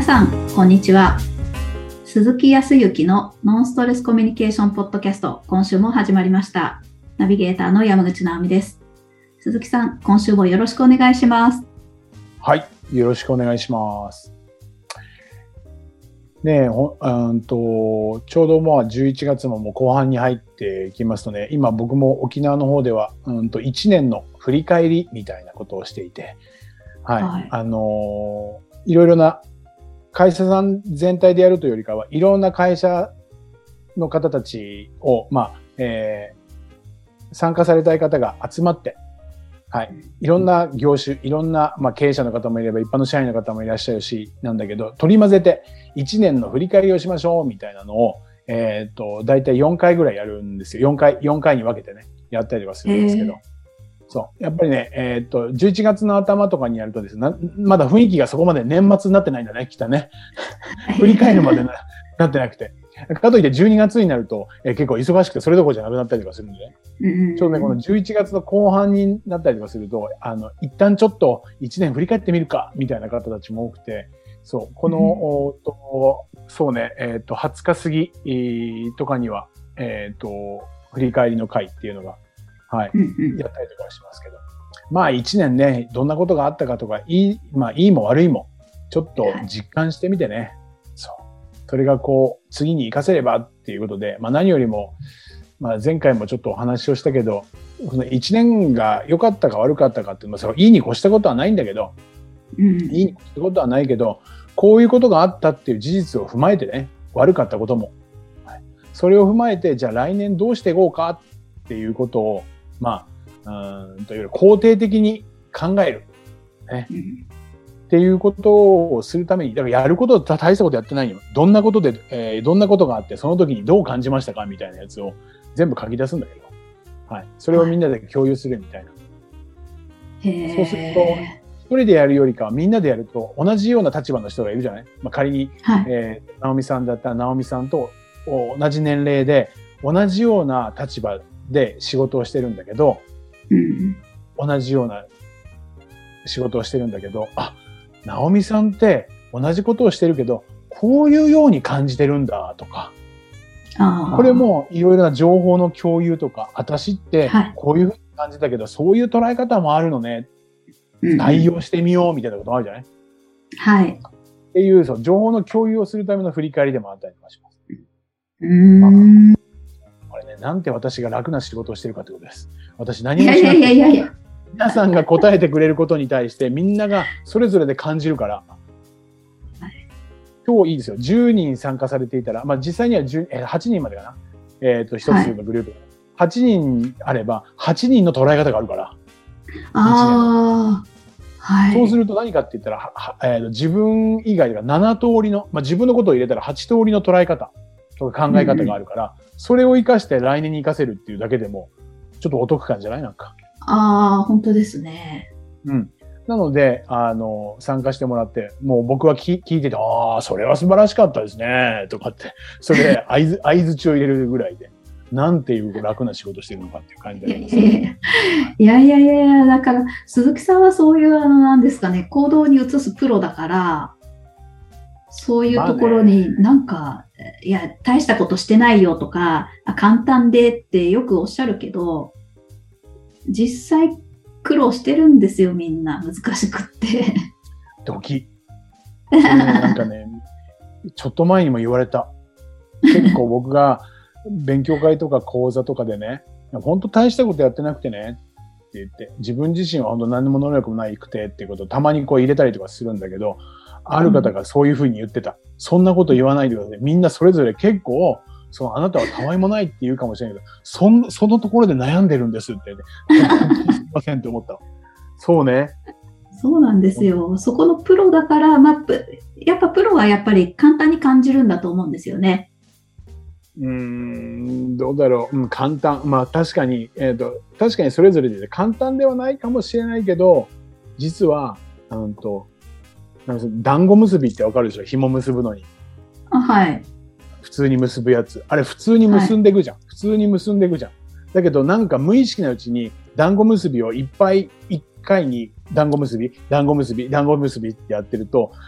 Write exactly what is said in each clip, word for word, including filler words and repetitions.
さん、こんにちは。鈴木康之のノンストレスコミュニケーションポッドキャスト、今週も始まりました。ナビゲーターの山口直美です。鈴木さん、今週もよろしくお願いします。 はい、よろしくお願いします。ねえ、ほうんとちょうどまあじゅういちがつももう後半に入ってきますとね、今僕も沖縄の方ではうんといちねんの振り返りみたいなことをしていて、はい、はい、あのいろいろな会社さん全体でやるというよりかは、いろんな会社の方たちを、まあ、えー、参加されたい方が集まって、はい。いろんな業種、いろんな、まあ、経営者の方もいれば、一般の社員の方もいらっしゃるし、なんだけど、取り混ぜて、いちねんの振り返りをしましょう、みたいなのを、えっと、だいたいよんかいぐらいやるんですよ。よんかい、よんかいに分けてね、やったりとかするんですけど。そう。やっぱりね、えっと、じゅういちがつの頭とかにやるとですね、まだ雰囲気がそこまで年末になってないんだね、きっとね。振り返るまで な, なってなくて。かといってじゅうにがつになると、えー、結構忙しくてそれどころじゃなくなったりとかするんでね。うん、ちょうどね、このじゅういちがつの後半になったりとかすると、あの、一旦ちょっといちねん振り返ってみるか、みたいな方たちも多くて、そう、この、うん、とそうね、えっと、はつか過ぎ、えー、とかには、えっと、振り返りの会っていうのが、はい、うんうん、やったりとかしますけど。まあ一年ね、どんなことがあったかとか、いい、まあいいも悪いも、ちょっと実感してみてね。はい、そう。それがこう、次に活かせればっていうことで、まあ何よりも、まあ前回もちょっとお話をしたけど、この一年が良かったか悪かったかって、まあそれいいに越したことはないんだけど、うん、いいに越したことはないけど、こういうことがあったっていう事実を踏まえてね、悪かったことも。はい、それを踏まえて、じゃあ来年どうしていこうかっていうことを、まあ、うんというより肯定的に考える、ねうん、っていうことをするために、だからやることは大したことやってないよ。どんなことで、えー、どんなことがあって、その時にどう感じましたかみたいなやつを全部書き出すんだけど、はい、それをみんなで共有するみたいな。へそうすると、一人でやるよりかはみんなでやると同じような立場の人がいるじゃない。まあ、仮に、はいえー、直美さんだったら直美さんと同じ年齢で同じような立場で仕事をしてるんだけど、うん、同じような仕事をしてるんだけど、あ、直美さんって同じことをしてるけど、こういうように感じてるんだとか、あこれもいろいろな情報の共有とか、私ってこういうふうに感じたけど、はい、そういう捉え方もあるのね、対応してみようみたいなこともあるじゃない、はい。っていう、そう、情報の共有をするための振り返りでもあったりとかします。うーん。これね、なんて私が楽な仕事をしてるかということです。私何もしなくて、いやいやいやいや皆さんが答えてくれることに対してみんながそれぞれで感じるから、はい、今日いいですよ。じゅうにん参加されていたら、まあ実際にはじゅうえはちにんまでかな。えっと、一つのグループ、はい、はちにんあればはちにんの捉え方があるから。ああ、はい。そうすると何かって言ったら、えー、自分以外がなな通りの、まあ自分のことを入れたらはち通りの捉え方とか考え方があるから、うん、それを活かして来年に活かせるっていうだけでも、ちょっとお得感じゃないなんか。 ああ、本当ですね。 うん。なので、あの、参加してもらって、もう僕は聞いてて、ああ、それは素晴らしかったですね、とかって、それで合図、合図を入れるぐらいで、なんていう楽な仕事してるのかっていう感じで、ね。 いやいやいやいや、だから、鈴木さんはそういう、あの、なんですかね、行動に移すプロだから、そういうところになんか、まあね、いや、大したことしてないよとか、簡単でってよくおっしゃるけど、実際苦労してるんですよ、みんな。難しくって。 ドキ。それね、なんかね、ちょっと前にも言われた。結構僕が勉強会とか講座とかでね、本当大したことやってなくてね、って言って、自分自身は本当何も能力もないくてっていうことをたまにこう入れたりとかするんだけど、ある方がそういうふうに言ってた。うん、そんなこと言わないでください。みんなそれぞれ結構、そう、あなたはたわいもないって言うかもしれないけど、そん、そのところで悩んでるんですってね。すいませんって思った。そうね。 そうなんですよ。そこのプロだから、まあ、やっぱプロはやっぱり簡単に感じるんだと思うんですよね。 うーん、どうだろう。うん、簡単。まあ確かに、えっと、確かにそれぞれで簡単ではないかもしれないけど、実は、うんと、なんか団子結びってわかるでしょ？紐結ぶのに。 あ、はい。 普通に結ぶやつ。あれ普通に結んでいくじゃん。はい、普通に結んでいくじゃん。だけどなんか無意識なうちに団子結びをいっぱい、一回に団子結び、団子結び、団子結びってやってると、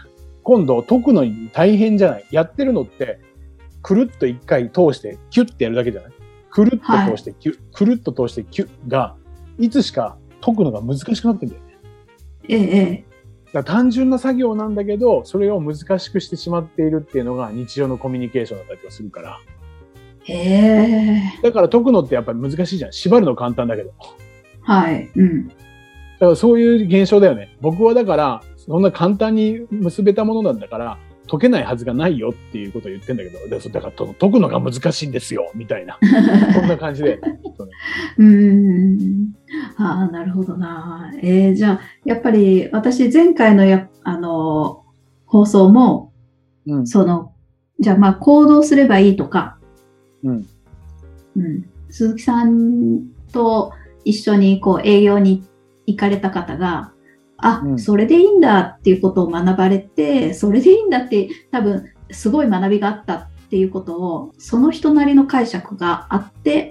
今度解くのに大変じゃない。やってるのって、くるっと一回通してキュッてやるだけじゃない。くるっと通してキュッ、はい、くるっと通してキュッが、いつしか解くのが難しくなってんだよね。 ええ。 だから単純な作業なんだけど、それを難しくしてしまっているっていうのが日常のコミュニケーションだったりとかするから。 へえ。 だから解くのってやっぱり難しいじゃん。縛るの簡単だけど。 はい。うん。 だからそういう現象だよね。僕はだから、そんな簡単に結べたものなんだから、解けないはずがないよっていうことを言ってんだけど、だから解くのが難しいんですよ、みたいな。そんな感じで。 うーん。ああ、なるほどな。えー、じゃあ、やっぱり私、前回のや、あの、放送も、うん、その、じゃあまあ行動すればいいとか、うん。うん。鈴木さんと一緒にこう営業に行かれた方が、あ、うん、それでいいんだっていうことを学ばれて、それでいいんだって多分すごい学びがあったっていうことを、その人なりの解釈があって、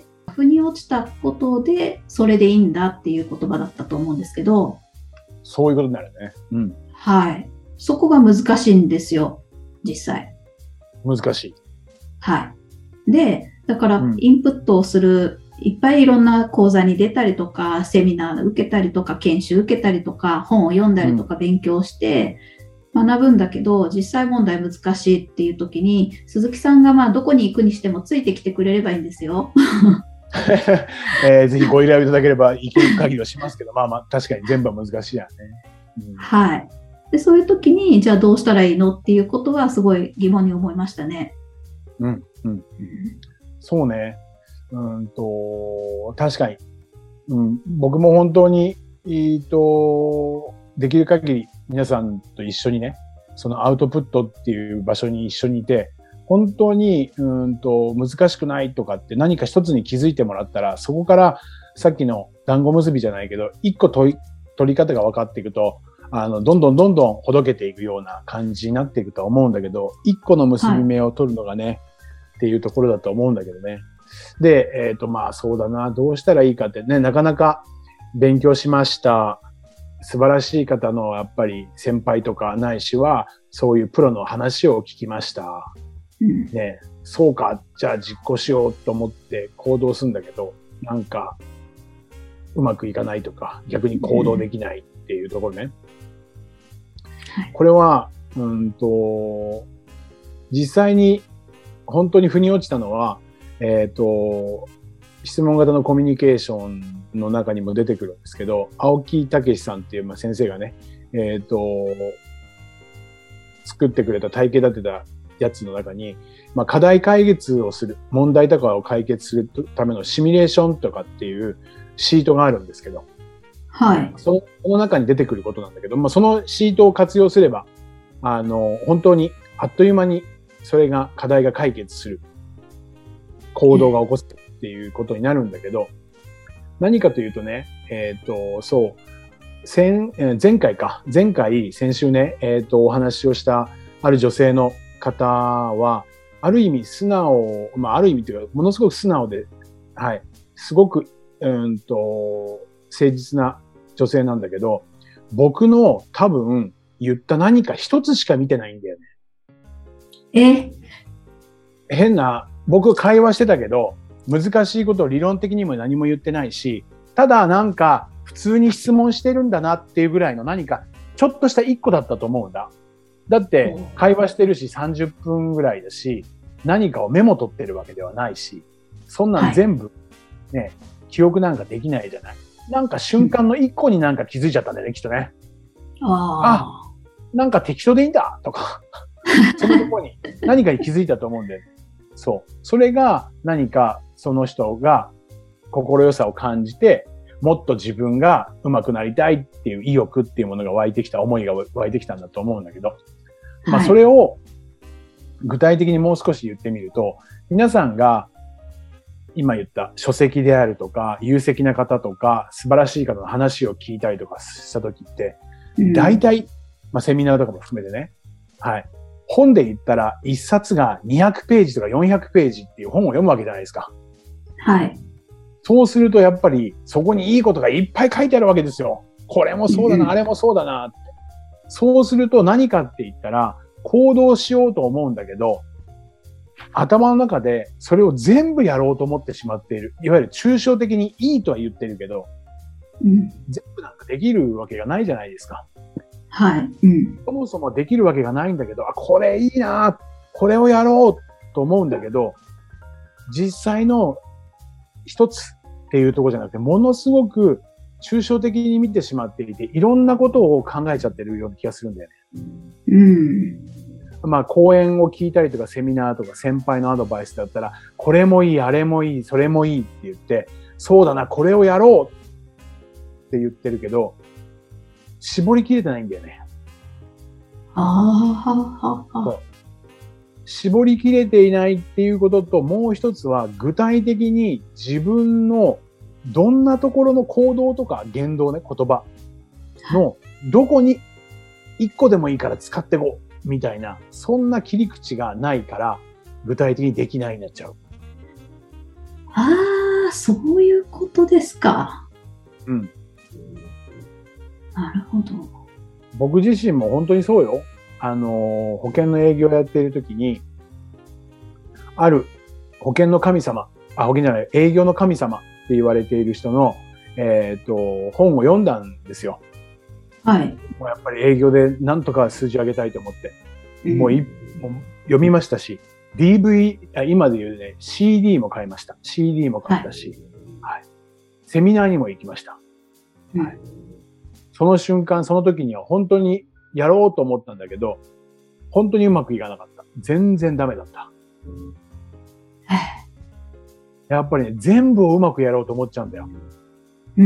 腑に落ちたことで、それでいいんだっていう言葉だったと思うんですけど。 そういうことになるね。うん。 はい。そこが難しいんですよ、実際。 難しい。 はい。で、だから、インプットをする、うん、いっぱいいろんな講座に出たりとか、セミナー受けたりとか、研修受けたりとか、本を読んだりとか勉強して学ぶんだけど、うん、実際問題難しいっていう時に、鈴木さんがまあどこに行くにしてもついてきてくれればいいんですよ。 えー、ぜひご依頼いただければ行ける限りはしますけど、まあまあ確かに全部は難しいやね。 うん、はい。で、そういう時に、じゃあどうしたらいいのっていうことはすごい疑問に思いましたね。 うん、うん。そうね。うんと、確かに。うん、僕も本当に、えっと、できる限り皆さんと一緒にね、そのアウトプットっていう場所に一緒にいて、本当に、うんと、難しくないとかって何か一つに気づいてもらったら、そこからさっきの団子結びじゃないけど、一個取り、取り方が分かっていくと、あの、どんどんどんどんほどけていくような感じになっていくとは思うんだけど、一個の結び目を取るのがね、はい、っていうところだと思うんだけどね。で、えっと、まあそうだな、どうしたらいいかってね、なかなか勉強しました。素晴らしい方のやっぱり先輩とかないしは、そういうプロの話を聞きました。うん、ね、そうか、じゃあ実行しようと思って行動するんだけど、なんかうまくいかないとか、逆に行動できないっていうところね。うんはい、これは、うんと、実際に本当に腑に落ちたのは、えっと、質問型のコミュニケーションの中にも出てくるんですけど、青木武さんっていうまあ先生がね、えっと、作ってくれた体系立てたやつの中に、まあ、課題解決をする、問題とかを解決するためのシミュレーションとかっていうシートがあるんですけど、 はい。 その、その中に出てくることなんだけど、まあ、そのシートを活用すれば、あの、本当にあっという間にそれが、課題が解決する。行動が起こすっていうことになるんだけど、何かというとね、えっと、そう、先、前回か、前回、先週ね、えっと、お話をしたある女性の方は、ある意味素直、まあ、ある意味というか、ものすごく素直で、はい、すごく、うんと、誠実な女性なんだけど、僕の多分言った何か一つしか見てないんだよね。 え変な、僕会話してたけど、難しいことを理論的にも何も言ってないし、ただなんか普通に質問してるんだなっていうぐらいの何かちょっとした一個だったと思うんだ。だって会話してるしさんじゅっぷんぐらいだし、何かをメモ取ってるわけではないし、そんなん全部ね、はい、記憶なんかできないじゃない。なんか瞬間の一個になんか気づいちゃったんだよね、きっとね。 ああ、なんか適当でいいんだとか、そのところに何かに気づいたと思うんで、そう。それが何かその人が心よさを感じて、もっと自分が上手くなりたいっていう意欲っていうものが湧いてきた、思いが湧いてきたんだと思うんだけど、まあそれを具体的にもう少し言ってみると、皆さんが今言った書籍であるとか、有責な方とか、素晴らしい方の話を聞いたりとかしたときって、大体、まあセミナーとかも含めてね、はい。本で言ったら一冊がにひゃくページとかよんひゃくページっていう本を読むわけじゃないですか。 はい。 そうするとやっぱりそこにいいことがいっぱい書いてあるわけですよ。これもそうだな、あれもそうだなって。 そうすると何かって言ったら、行動しようと思うんだけど、頭の中でそれを全部やろうと思ってしまっている。いわゆる抽象的にいいとは言ってるけど、 うん、 全部なんかできるわけがないじゃないですか。 はい。うん、 そもそもできるわけがないんだけど、あ、これいいな、これをやろうと思うんだけど、実際の一つっていうところじゃなくて、ものすごく抽象的に見てしまっていて、いろんなことを考えちゃってるような気がするんだよね。 うん。 まあ、講演を聞いたりとか、セミナーとか、先輩のアドバイスだったら、これもいい、あれもいい、それもいいって言って、そうだな、これをやろうって言ってるけど、絞りきれてないんだよね。 ああ、はは。 絞りきれていないっていうことと、もう一つは具体的に自分のどんなところの行動とか言動ね、言葉のどこに一個でもいいから使ってこうみたいな、そんな切り口がないから具体的にできないになっちゃう。 ああ、そういうことですか。 うん。 なるほど。 僕自身も本当にそうよ。あの、保険の営業をやっているときに、ある保険の神様、あ、保険じゃない、営業の神様って言われている人の、えっと、本を読んだんですよ。 はい。 もうやっぱり営業でなんとか数字上げたいと思って。 うん、 もういもう読みましたし、ディーブイ、今で言うね、シーディー も買いました。シーディー も買ったし、はい、はい。セミナーにも行きました。はい。その瞬間、その時には本当にやろうと思ったんだけど、本当にうまくいかなかった。全然ダメだった。やっぱりね、全部をうまくやろうと思っちゃうんだよ。 うん。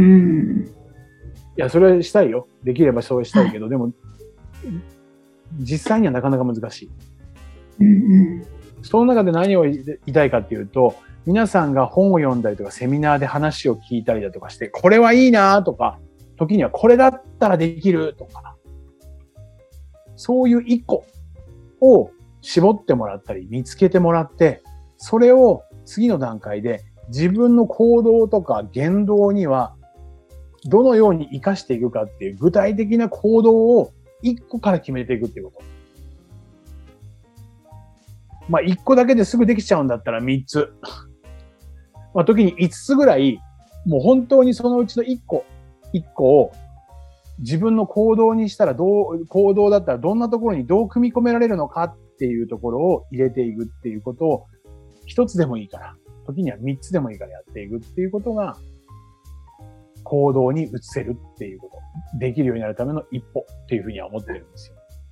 いや、それはしたいよ。できればそうしたいけど、はい、でも、実際にはなかなか難しい。 うんうん、 その中で何を言いたいかっていうと、皆さんが本を読んだりとか、セミナーで話を聞いたりだとかして、これはいいなとか、時にはこれだったらできるとか、そういう一個を絞ってもらったり、見つけてもらって、それを次の段階で自分の行動とか言動にはどのように活かしていくかっていう具体的な行動を一個から決めていくっていうこと。まあ一個だけですぐできちゃうんだったら三つ。まあ時に五つぐらい、もう本当にそのうちの一個、一個を自分の行動にしたらどう、行動だったらどんなところにどう組み込められるのかっていうところを入れていくっていうことを一つでもいいから、時には三つでもいいからやっていくっていうことが行動に移せるっていうこと、できるようになるための一歩っていうふうには思ってるんですよ。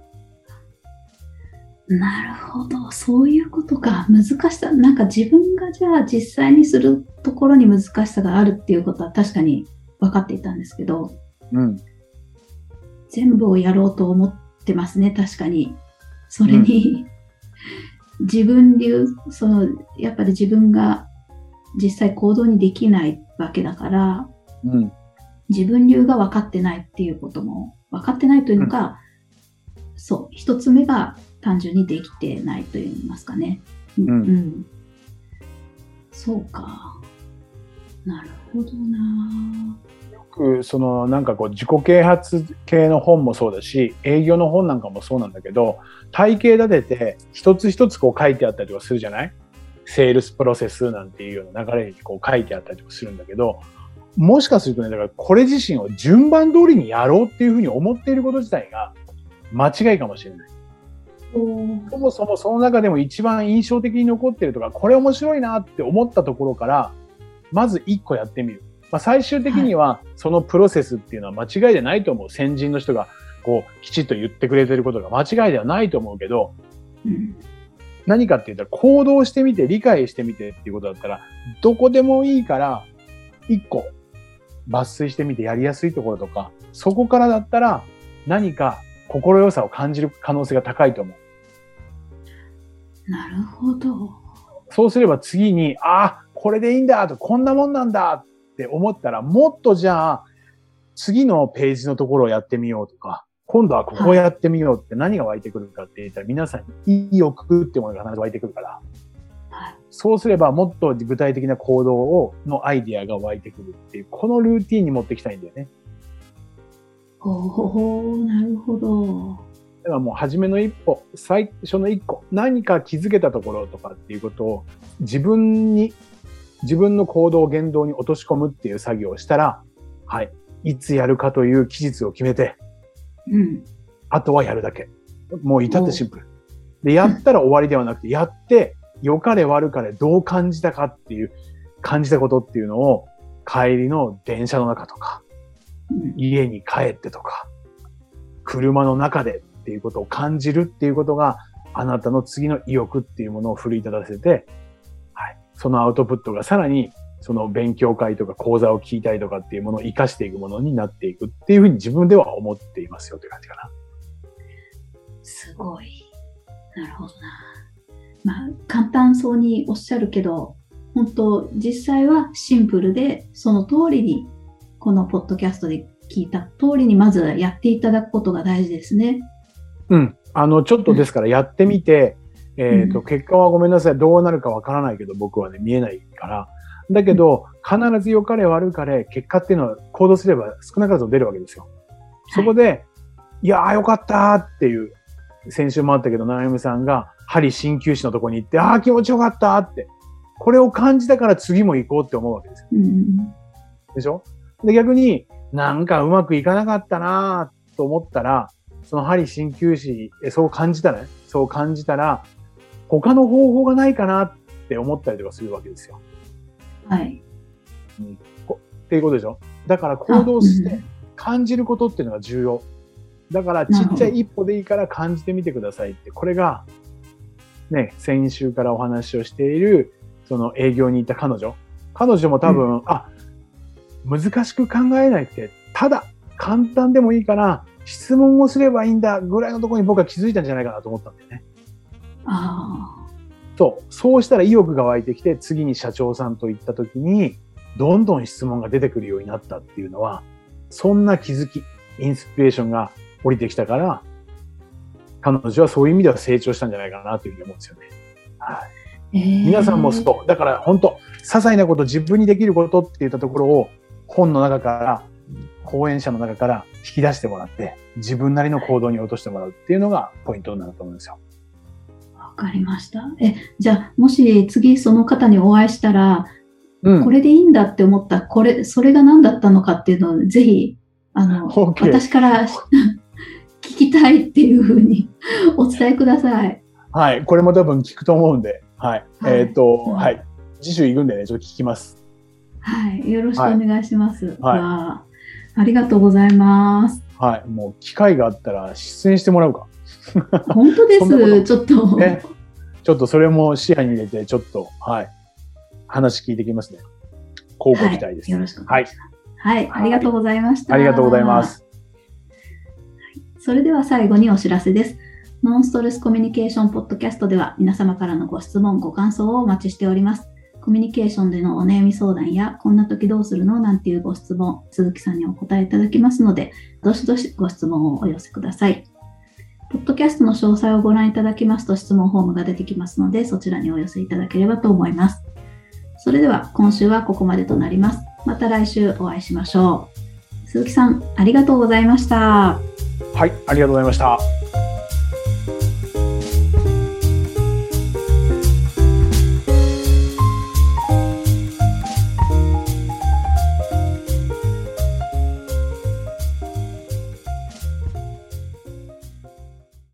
なるほど、そういうことか。難しさ、なんか自分がじゃあ実際にするところに難しさがあるっていうことは確かに分かっていたんですけど、 うん、 全部をやろうと思ってますね、確かに。それに、うん、自分流、その、やっぱり自分が実際行動にできないわけだから、 うん、 自分流が分かってないっていうことも、分かってないというのが、うん、そう、一つ目が単純にできてないと言いますかね。 うん。うん、 そうか。なるほどな。 よく、その、なんかこう、自己啓発系の本もそうだし、営業の本なんかもそうなんだけど、体系立てて、一つ一つこう書いてあったりとかするじゃない？セールスプロセスなんていうような流れにこう書いてあったりとかするんだけど、もしかするとね、だからこれ自身を順番通りにやろうっていうふうに思っていること自体が間違いかもしれない。そもそもその中でも一番印象的に残ってるとか、これ面白いなって思ったところから、まず一個やってみる。まあ、最終的にはそのプロセスっていうのは間違いじゃないと思う。先人の人がこうきちっと言ってくれてることが間違いではないと思うけど、うん、何かって言ったら行動してみて理解してみてっていうことだったら、どこでもいいから一個抜粋してみてやりやすいところとか、そこからだったら何か心よさを感じる可能性が高いと思う。 なるほど。 そうすれば次に、ああ、これでいいんだと、こんなもんなんだって思ったら、もっとじゃあ、次のページのところをやってみようとか、今度はここをやってみようって何が湧いてくるかって言ったら、はい、皆さんに意欲ってものが必ず湧いてくるから、はい、そうすればもっと具体的な行動をのアイディアが湧いてくるっていう、このルーティーンに持ってきたいんだよね。 おお、なるほど。 だからもう初めの一歩、最初の一個、何か気づけたところとかっていうことを自分に、自分の行動、言動に落とし込むっていう作業をしたら、はい。いつやるかという期日を決めて、 うん。 あとはやるだけ。もう至ってシンプル。で、やったら終わりではなくて、やって、良かれ悪かれどう感じたかっていう、感じたことっていうのを、帰りの電車の中とか、 うん、 家に帰ってとか、車の中でっていうことを感じるっていうことが、あなたの次の意欲っていうものを奮い立たせて、はい。そのアウトプットがさらに、その勉強会とか講座を聞いたりとかっていうものを活かしていくものになっていくっていうふうに自分では思っていますよって感じかな。 すごい。なるほどな。まあ、簡単そうにおっしゃるけど、本当実際はシンプルで、その通りに、このポッドキャストで聞いた通りにまずやっていただくことが大事ですね。 うん。あの、ちょっとですからやってみて、うん、えっと、結果はごめんなさい。どうなるかわからないけど、僕はね、見えないから。だけど、必ず良かれ悪かれ、結果っていうのは行動すれば少なからず出るわけですよ。そこで、はい、いやーよかったーっていう、先週もあったけど、ななみさんが針鍼灸師のとこに行って、ああ、気持ちよかったーって。これを感じたから次も行こうって思うわけですよ。 うん、 でしょ？で、逆になんかうまくいかなかったなーと思ったら、その針鍼灸師、そう感じたらね、そう感じたら、他の方法がないかなって思ったりとかするわけですよ。 はい。 うん、っていうことでしょ？だから行動して感じることっていうのが重要。だからちっちゃい一歩でいいから感じてみてくださいって。これが、ね、先週からお話をしている、その営業に行った彼女。彼女も多分、うん、あ、難しく考えないって、ただ簡単でもいいから質問をすればいいんだぐらいのところに僕は気づいたんじゃないかなと思ったんだよね。 ああ。 そう。そうしたら意欲が湧いてきて、次に社長さんと行った時に、どんどん質問が出てくるようになったっていうのは、そんな気づき、インスピレーションが降りてきたから、彼女はそういう意味では成長したんじゃないかなというふうに思うんですよね。はい。えー、皆さんもそう。だから本当、些細なこと、自分にできることって言ったところを、本の中から、講演者の中から引き出してもらって、自分なりの行動に落としてもらうっていうのがポイントになると思うんですよ。 わかりました。え、じゃあ、もし次その方にお会いしたら、うん、これでいいんだって思った、これ、それが何だったのかっていうのをぜひ、あの、okay. 私から聞きたいっていうふうにお伝えください。 はい。これも多分聞くと思うんで、はい。はい、えっ、ー、と、うん、はい。次週行くんでね、ちょっと聞きます。 はい。よろしくお願いします。はい。わありがとうございます。 はい。もう機会があったら出演してもらうか。 本当です。ちょっと、 ね。ちょっとそれも視野に入れて、ちょっと、はい。話聞いてきますね。交互期待です。 はい、よろしくお願いします。はい。はい。ありがとうございました。 ありがとうございます。 それでは最後にお知らせです。ノンストレスコミュニケーションポッドキャストでは皆様からのご質問、ご感想をお待ちしております。コミュニケーションでのお悩み相談や、こんな時どうするのなんていうご質問、鈴木さんにお答えいただきますので、どしどしご質問をお寄せください。ポッドキャストの詳細をご覧いただきますと質問フォームが出てきますので、そちらにお寄せいただければと思います。それでは今週はここまでとなります。また来週お会いしましょう。鈴木さん、ありがとうございました。 はい、ありがとうございました。